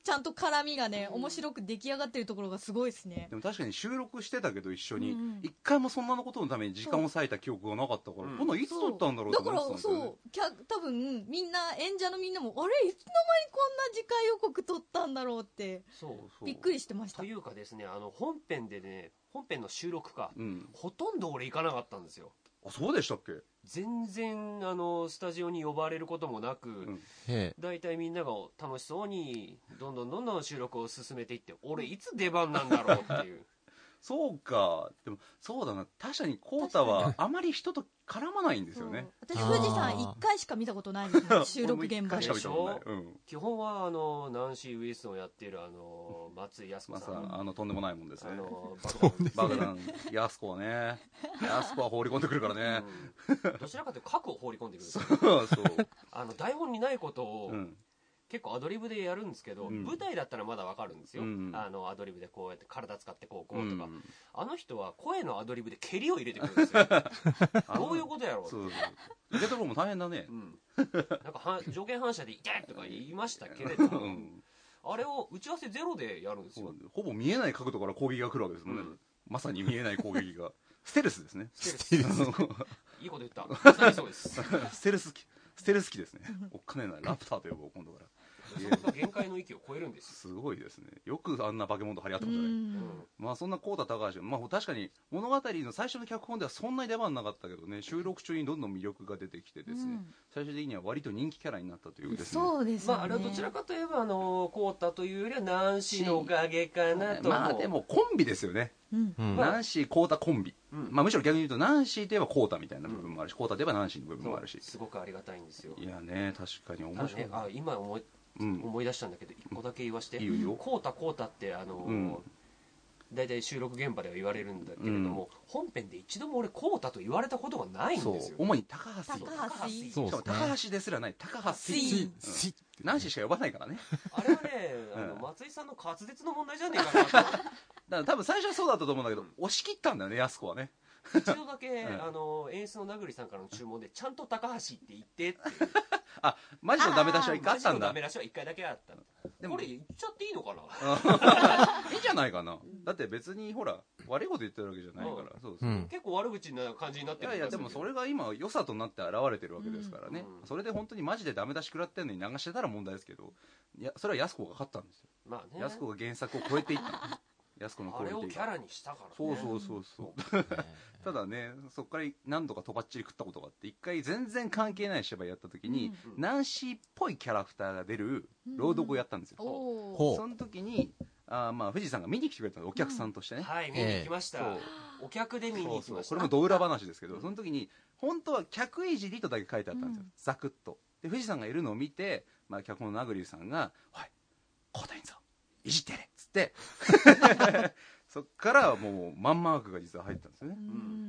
ちゃんと絡みがね、面白く出来上がってるところがすごいですね。 でも確かに収録してたけど一緒に、うん、一回もそんなのことのために時間を割いた記憶がなかったから、こんないつ撮ったんだろうと思ってたんですよね。だからそう、多分みんな演者のみんなもあれいつの間にこんな次回予告撮ったんだろうってそうそうびっくりしてました。 というかですね、あの本編でね、本編の収録か、うん、ほとんど俺行かなかったんですよ。 あ、そうでしたっけ？ 全然あのスタジオに呼ばれることもなく、うん、だいたいみんなが楽しそうにどんどんどんどん収録を進めていって、俺いつ出番なんだろうっていうそうか。でもそうだな、確かにコウタはあまり人と絡まないんですよね。 私富士山いっかいしか見たことないですね収録現場で。 でしょ、うん、基本はあのナンシー・ウィストンをやっているあの松井康子さん、 まあ、あのとんでもないもんですね。あのバグダン康子はね、康子は放り込んでくるからね、 うん、どちらかというと核を放り込んでくるそうそうあの台本にないことを、うん結構アドリブでやるんですけど、うん、舞台だったらまだわかるんですよ、うん、あのアドリブでこうやって体使ってこうこうとか、うん、あの人は声のアドリブで蹴りを入れてくるんですよどういうことやろうそう受け取るも大変だね、うん、 なんかは条件反射で「いけ!」とか言いましたけれども、うん、あれを打ち合わせゼロでやるんですよ。 ほぼ見えない角度から攻撃が来るわけですもんね、うん、まさに見えない攻撃がステルスですね。ステルスいいこと言った。まさにそうです。 ステルス機ステルス機ですね。おっかねえなラプターと呼ぼう今度から。 それが限界の域を超えるんです。 すごいですね。よくあんな化け物と張り合ってましたね。まあそんなコウタ高橋、まあ確かに物語の最初の脚本ではそんなに出番なかったけどね、収録中にどんどん魅力が出てきてですね、うん、最終的には割と人気キャラになったというですね。 そうですね。 まああれはどちらかといえばあのコウタというよりはナンシーのおかげかなと。 まあでもコンビですよね。うん、ナンシーコウタコンビ、うん、まあむしろ逆に言うとナンシーといえばコウタみたいな部分もあるし、コウタといえばナンシーの部分もあるし、 すごくありがたいんですよ。 いやね、確かに面白い。 ね、あ今思いうん、思い出したんだけど一個だけ言わして、 いいよコウタコウタってあのーうん、大体収録現場では言われるんだけれども、うん、本編で一度も俺コウタと言われたことがないんですよ。 主に高橋高橋そうそう高橋ですらない高橋水ナンシーしか呼ばないからね。 あれはねあの松井さんの滑舌の問題じゃねえかなとだから多分最初はそうだったと思うんだけど、うん、押し切ったんだよね安子はね。 一度だけ、うん、あの演出の名栗さんからの注文でちゃんと高橋って言ってってあ、マジのダメ出しは一回あったんだ。マジのダメ出しは一回だけあったの。でもこれ言っちゃっていいのかないいんじゃないかな。だって別にほら悪いこと言ってるわけじゃないから、うん、そうそう、うん、 結構悪口な感じになってる。 いやいやでもそれが今良さとなって現れてるわけですからね、うん、それで本当にマジでダメ出し食らってんのに流してたら問題ですけど、いやそれは安子が勝ったんですよ。まあね、安子が原作を超えていったの安子のあれをキャラにしたからね。 そうそうそうそうただねそこから何度かとばっちり食ったことがあって、一回全然関係ない芝居やった時に、うん、ナンシーっぽいキャラクターが出る朗読をやったんですよ、うん、その時にあまあ藤井さんが見に来てくれたの、お客さんとしてね、うん、 はい見に行きました、えー、お客で見に行きました。そうそうこれもど裏話ですけど、その時に本当は客いじりとだけ書いてあったんですよ、うん、ザクッと。で藤井さんがいるのを見て、まあ、脚本の名栗さんが「おいコウタいんぞいじってやれ」っつってそっからもうマンマークが実は入ったんですよね、うん、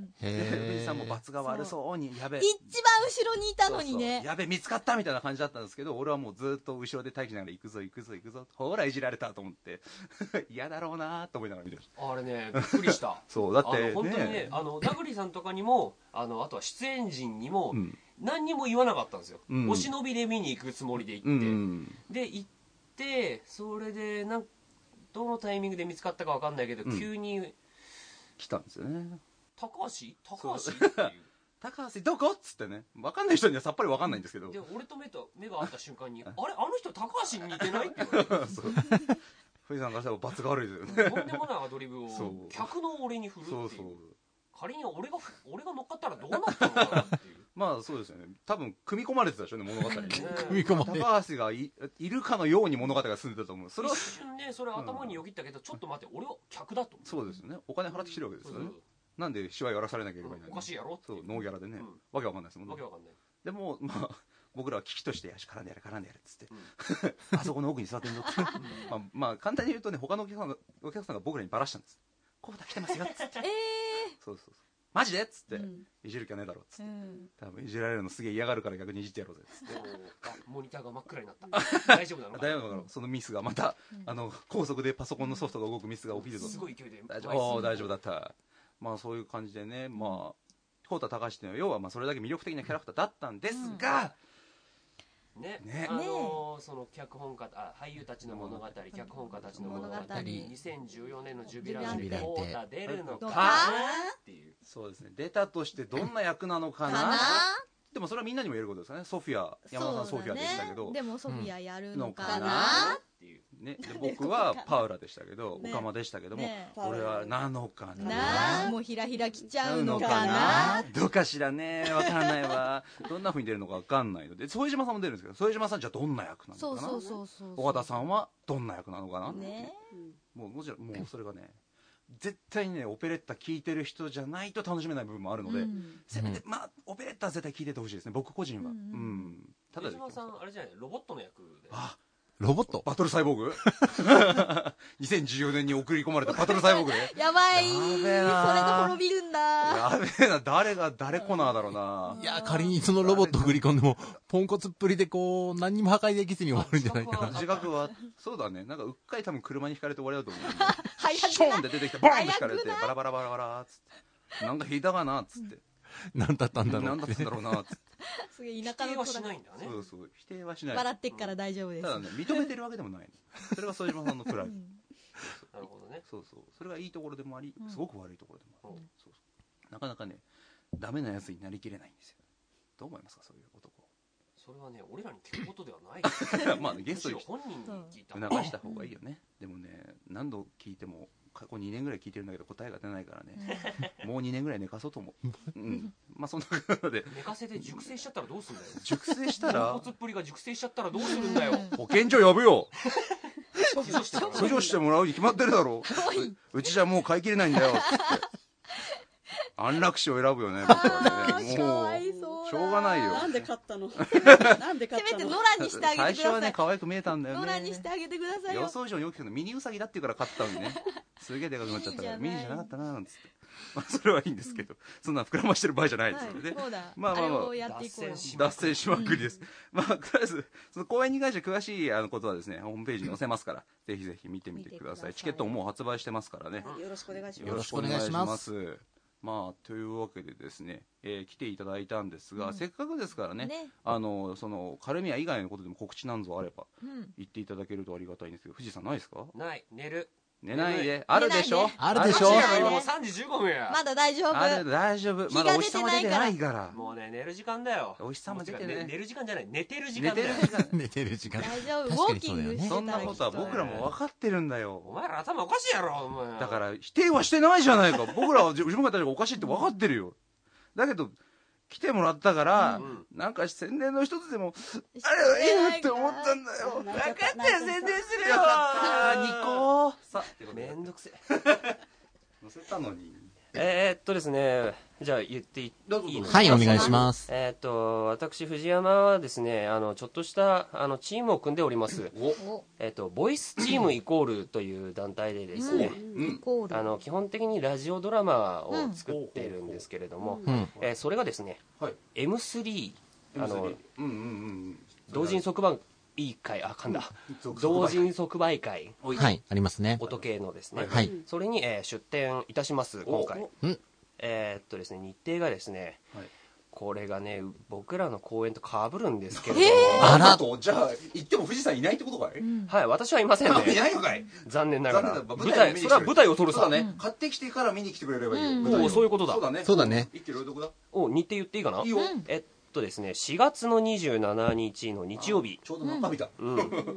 で藤井さんも罰が悪そうにやべ一番後ろにいたのにね、 そうそうやべ見つかったみたいな感じだったんですけど、俺はもうずっと後ろで待機しながら行くぞ行くぞ行くぞ、ほらいじられたと思って嫌だろうなと思いながら見てました。 あれねびっくりしたそうだって、ね、 本当にねあの名栗さんとかにも あのあとは出演陣にも、うん、何にも言わなかったんですよ、うん、お忍びで見に行くつもりで行って、うん、で行ってそれでなんどのタイミングで見つかったか分かんないけど、うん、急に来たんですよね。 高橋高橋っていう高橋どこっつってね、分かんない人にはさっぱり分かんないんですけど、 で俺と目と目が合った瞬間にあれあの人高橋に似てないって言われてそう藤さんからしたら罰が悪いですよねとんでもないアドリブを客の俺に振るっていう。そうそう仮に俺が俺が乗っかったらどうなったのかなっていうまあそうですよね、多分組み込まれてたでしょうね物語に、ね、 組み込まれて高橋が い, いるかのように物語が進んでたと思う。それは一瞬ねそれ頭によぎったけど、うん、ちょっと待って俺は客だと。 そうですよね、お金払ってきてるわけですよね、うん、なんで芝居やらされなきゃいけないのに、 おかしいやろってそうノーギャラでね、うん、わけわかんないですもんね。 わけわかんない。 でもまあ僕らは危機としてよし絡んでやれ絡んでやれっつって、うん、あそこの奥に座ってんぞってまあ、まあ簡単に言うとね他のお客さんがお客さんが僕らにバラしたんです。コウタ来てますよっつってえー、そうそうそうマジでっつって、うん、いじる気はねえだろっつって、うん、多分いじられるのすげえ嫌がるから逆にいじってやろうぜっつってモニターが真っ暗になった大丈夫なのか大丈夫なのか、そのミスがまた、うん、あの高速でパソコンのソフトが動くミスが起きるぞ、 すごい勢いで大丈夫大丈夫だった。まあそういう感じでね、まあコウタ高橋っていうのは要はまあそれだけ魅力的なキャラクターだったんですが、 ね、 ねあのー、その脚本家あ俳優たちの物語、脚本家たちの物語、にせんじゅうよねんのジュビランテコータ出るのかっていう。 そうですね、出たとしてどんな役なのかなでもそれはみんなにも言えることですかね。ソフィア、山田さんソフィアでしたけど、 でもソフィアやるのかなっていうね、で僕はパウラでしたけど、オカマでしたけども、俺はなのかな、 もうひらひら来ちゃうのかな、 どうかしらね、わからないわ。どんな風に出るのかわかんないので、副島さんも出るんですけど、副島さんじゃあどんな役なのかな、 そうそうそうそう、 岡田さんはどんな役なのかな、ね、もうもちろんもうそれがね、絶対にねオペレッタ聴いてる人じゃないと楽しめない部分もあるので、うん、せめて、まあオペレッタは絶対聴いててほしいですね、僕個人は。うん、うん、 ただ副島さんあれじゃない、ロボットの役で、 あ、 ロボットバトルサイボーグにせんじゅうよねんに送り込まれたバトルサイボーグねやばい、それが滅びるんだ、 やべえな、誰が誰コナーだろうな。 いや仮にそのロボットを振り込んでもポンコツっぷりでこう何にも破壊できずに終わるんじゃないかな。 自覚はそうだね、なんかうっかり多分車にひかれて終わりだと思うショーンって出てきてボーンってひかれてバラバラバラバラっつってなんか引いたかなっつって何だったんだろう何だったんだろうなっつってすげえ田舎の否定はしないんだね。 そうそう否定はしない、 笑ってっから大丈夫です、 ただね認めてるわけでもないのそれが副島さんのプライド、うん、 なるほどね。 そうそう、それがいいところでもあり、すごく悪いところでもある、うん、そうそうなかなかねダメなやつになりきれないんですよ。どう思いますか、そういう男。 それはね、俺らに聞くことではないまあ、ね、ゲストに本人に聞いた促した方がいいよね。でもね、何度聞いても過去にねんぐらい聞いてるんだけど答えが出ないからね、うん、もうにねんぐらい寝かそうと思う、うん、まあそんなことで寝かせて熟成しちゃったらどうするんだよ。 熟成したらポツっぷりが熟成しちゃったらどうするんだよ。 保健所呼ぶよ処女してもらうに決まってるだろう、うちじゃもう買い切れないんだよって安楽死を選ぶよね、僕はね。もうしょうがないよ。 なんで勝ったのなんで勝ったの、 せめて野良にしてあげてください。 最初はね可愛く見えたんだよね。 野良にしてあげてくださいよ。 予想以上に大きくてミニウサギだっていうから勝ったのにねすげえでかくなっちゃったからミニじゃなかったななんつって、まあそれはいいんですけど、そんな膨らましてる場合じゃないですのでね、 はい、そうだ、 まあまあまあ脱線し脱線しまくりです、うん、まあとりあえずその公演に関して詳しいあのことはですねホームページに載せますからぜひぜひ見てみてください。チケットももう発売してますからね、 はい、よろしくお願いします。 よろしくお願いします。 まあというわけでですね、えー、来ていただいたんですが、うん、せっかくですからね、ね、あのそのカルミア以外のことでも告知なんぞあれば、うん、言っていただけるとありがたいんですけど、藤井さんないですか？ ない。寝る。 寝ないで。あるでしょ、 あるでしょ、 もうさんじじゅうごふんや。 まだ大丈夫。 ある大丈夫。まだお日様出てないから。 もうね、寝る時間だよ。 お日様出てね。 寝る時間じゃない、寝てる時間だよ。 寝てる時間。 大丈夫。ウォーキングしてたら。 そんなことは僕らも分かってるんだよ。 お前ら頭おかしいやろ、お前。 だから否定はしてないじゃないか。僕らは自分たちがおかしいって分かってるよ。だけど来てもらったから、うん、なんか宣伝の一つでもあれはいいなって思ったんだよ。 分かったよ、宣伝するよ。 ニコーさめんどくせえ載せたのに。 えー、っとですね、じゃあ言っていいの？ はい、お願いします。 えー、っと私藤山はですね、あのちょっとしたあのチームを組んでおります。えー、っとボイスチームイコールという団体でですね、うん、あの基本的にラジオドラマを作っているんですけれども、うん、えー、それがですね、はい、エムスリー あの、うんうんうん、同人即売会、あ、噛んだ、うん、同人即売会、 はい、ありますね。 音系のですね、 はい、 それに、えー、出展いたします今回。えー、っとですね、日程がですね、はい、これがね僕らの公演と被るんですけれども、 あらと、じゃあ行っても富士山いないってことかい？うん、 はい、私はいませんね。 いないのかい？ 残念ながら。舞台、それは舞台を撮るさ。 そうだね。買ってきてから見に来てくれればいいよ。 うん、お、そういうことだ。 そうだね。 そうだね。 一気にどこだ？ お、日程言っていいかな？ いいよ。 えっとですね、しがつのにじゅうしちにちの日曜日。 ちょうど中日だ。 うん。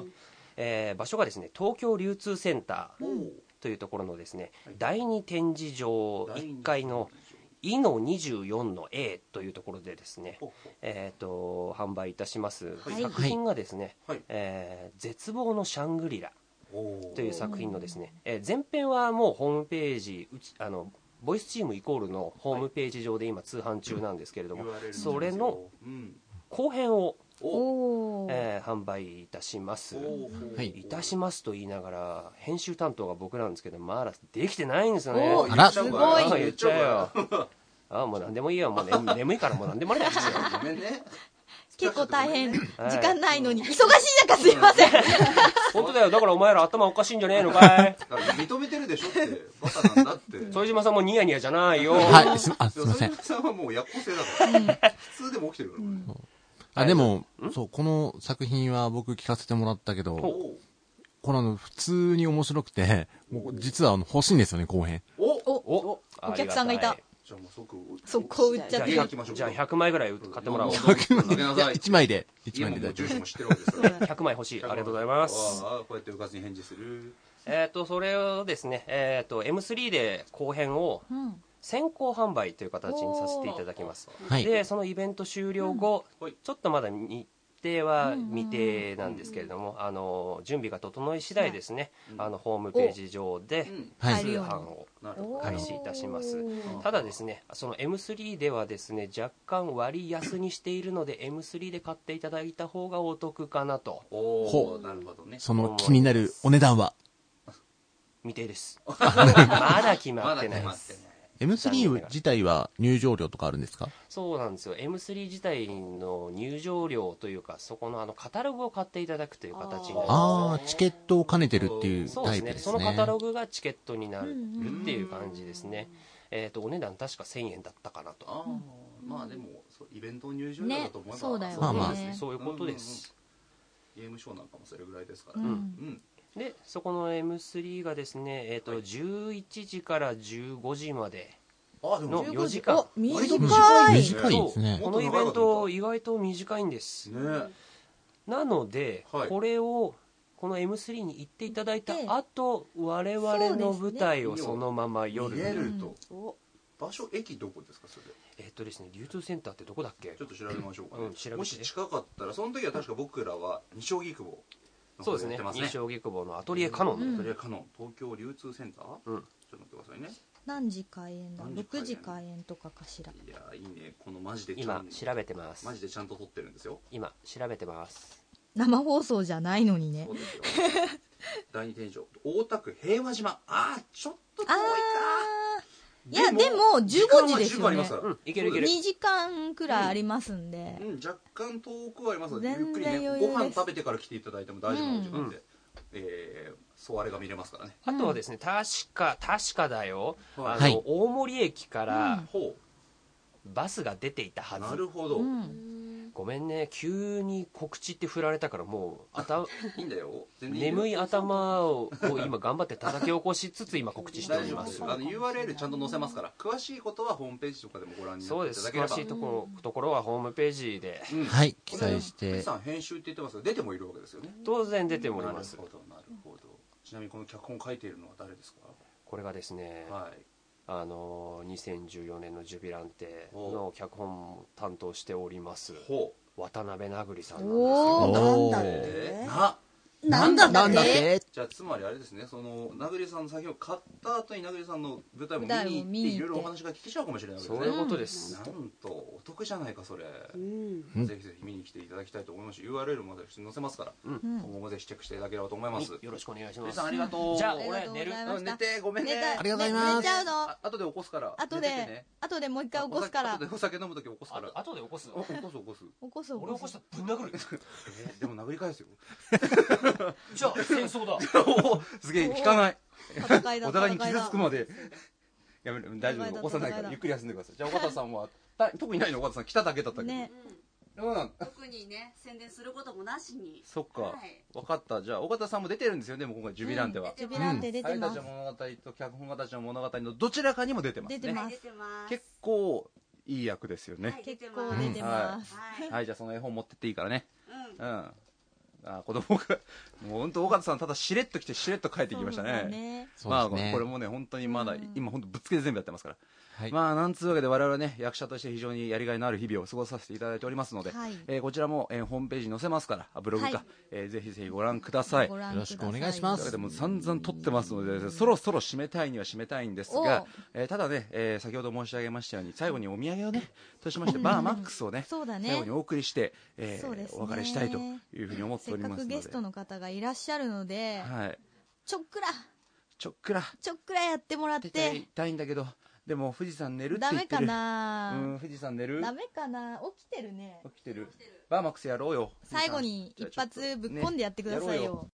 えー、場所がですね、東京流通センターというところのですね、だいに展示場いっかいのイのにじゅうよんの エー というところでですね、えー、と販売いたします、はい、作品がですね、はい、えー、絶望のシャングリラという作品のですね、えー、前編はもうホームページうちあのボイスチームイコールのホームページ上で今通販中なんですけれども、はい、それの後編を、えー、販売いたします、はい、いたしますと言いながら編集担当が僕なんですけどまだできてないんですよね。 あら、 すごい。 言っちゃうよ。ああ、もう何でもいいよ、もう、ね、眠いからもう何でもありだよ。 ごめんね。 結構大変、時間ないのに忙しい中すいません。 本当だよ、だからお前ら頭おかしいんじゃねえのかい。 認めてるでしょって、バカなんだって。 副島さんもニヤニヤじゃないよ。 はい、す、あ、すいません。 副島さんはもう夜行性だから、普通でも起きてるから、ね、 あ、でも、 そう、この作品は僕聞かせてもらったけど、これあの、普通に面白くて、もう実はあの欲しいんですよね、後編。 おおお客さんがいた。 じゃあもう即速攻売っちゃってる。 じゃあひゃくまいぐらい買ってもらおう。 ひゃくまい。いや、いちまいで。いちまいで大丈夫。 住所も知ってるわけですから。 ひゃくまい欲しい。ありがとうございます。 こうやってうかずに返事する。 えっと、それをですね、えっと、エムスリー で後編を先行販売という形にさせていただきます。で、そのイベント終了後、ちょっとまだ日程は未定なんですけれども、あの、準備が整い次第ですね、あの、ホームページ上で通販を開始いたします。ただですね、その エムスリー ではですね、若干割安にしているので エムスリー で買っていただいた方がお得かなと。 ほう、なるほどね。 その気になるお値段は未定です。まだ決まってないです。 エムスリー 自体は入場料とかあるんですか？ そうなんですよ。エムスリー 自体の入場料というか、そこのあのカタログを買っていただくという形になります。 ああ、チケットを兼ねてるっていうタイプですね。 そうですね。そのカタログがチケットになるっていう感じですね。えっと、お値段確かせんえんだったかなと。 ああ、まあでも、イベント入場料だと思えば、 そうだよね。 まあまあ、 そういうことです。 ゲームショーなんかもそれぐらいですから。 うん。で、そこの エムスリー がですね、えっと、じゅういちじからじゅうごじまでのよじかん。 短い。 短いですね。 このイベント意外と短いんです。なので、これを、この エムスリー に行っていただいた後、我々の舞台をそのまま夜見れると。場所、駅どこですか、それ。 えっとですね、流通センターってどこだっけ？ ちょっと調べましょうかね。もし近かったら、その時は確か僕らは西荻窪。 そうですね。西荻窪のアトリエカノン。 アトリエカノン。東京流通センター？うん。ちょっと待ってくださいね。 何時開演だ？ろくじ開演とかかしら。 いやいいね。このマジで今調べてます。 マジでちゃんと撮ってるんですよ。 今調べてます。 生放送じゃないのにね。 そうですよ。だいに天井。大田区平和島。ああ、ちょっと遠いか。 いや、でもじゅうごじですよね。 うん、いけるいける。 にじかんくらいありますんで。 うん、若干遠くはありますので、ゆっくりね、ご飯食べてから来ていただいても大丈夫なので、えー、そうあれが見れますからね。 あとはですね、確か、確かだよ。あの、大森駅からバスが出ていたはず。 なるほど。 ごめんね、急に告知って振られたからもう頭いいんだよ。 眠い頭を今頑張って叩き起こしつつ今告知しております。 あの ユーアールエル ちゃんと載せますから、詳しいことはホームページとかでもご覧になっていただければ。 そうです。詳しいところ、ところはホームページで、 うん、はい記載して。 富士山編集って言ってますが、出てもいるわけですよね。 当然出てもいます。 なるほどなるほど。ちなみにこの脚本を書いているのは誰ですか？ これがですね。はい。あのにせんじゅうよねんのジュビランテの脚本を担当しております渡辺なぐりさんなんですよ。 おー、なんだってななんだってじゃあつまりあれですね、そのなぐりさんの作品を買った後になぐりさんの舞台も見に行っていろいろお話が聞けちゃうかもしれないわけですね。 そういうことです。 なんとお得じゃないかそれ、うん、ぜひぜひ見に来ていただきたいと思いますし ユーアールエル も私載せますから、うん、今後もぜひチェックしていただければと思います、うん、 よろしくお願いします。 さんありがとう。 じゃあ俺寝る、 うん、寝てごめんね。 ありがとうございます。 寝ちゃうの。 あとで起こすから。 あとで、ね、あとでもう一回起こすから。 あとでお酒飲むとき起こすから。 あとで起こす。 起こす起こす。 起こす。 俺起こしたらぶん殴る。 えー、でも殴り返すよ。 じゃあ戦争だ。 すげえ引かない。 戦いだ。 お互いに傷つくまで。やめる、大丈夫。起こさないからゆっくり休んでください。じゃあ岡田さんは特にないの？岡田さん来ただけだったけど。ね。 うん、特にね宣伝することもなしに。 そっか、はい、分かった。じゃあ岡田さんも出てるんですよね。もう今回ジュビランテは、 うん、ジュビランテ出てます。 有田物語と脚本家たちの物語のどちらかにも出てますね。 出てます。 結構いい役ですよね。 はい、結構出てます、 はい、はい、じゃあその絵本持ってっていいからね。うん、うん、あ子供がもう本当岡田さんただしれっと来てしれっと帰ってきましたね。ね、まあこれもね本当にまだ、うん、今本当ぶっつけで全部やってますから。はい、まあなんつうわけで我々はね役者として非常にやりがいのある日々を過ごさせていただいておりますので、はい、えー、こちらも、えー、ホームページに載せますからブログか、はい、えー、ぜひぜひご覧ください。 よろしくお願いします。 でも散々撮ってますのでそろそろ締めたいには締めたいんですが、えー、ただね、えー、先ほど申し上げましたように最後にお土産をねとしましてバーマックスをね、そうだね、最後にお送りして、えーね、お別れしたいというふうに思っておりますので、せっかくゲストの方がいらっしゃるので、はい、ちょっくらちょっくらちょっくらやってもらって言いたいんだけどでも富士山寝るって言ってる。ダメかな。うん、富士山寝る。 ダメかな。起きてるね。 起きてる。バーマックスやろうよ。 最後に一発ぶっこんでやってくださいよ。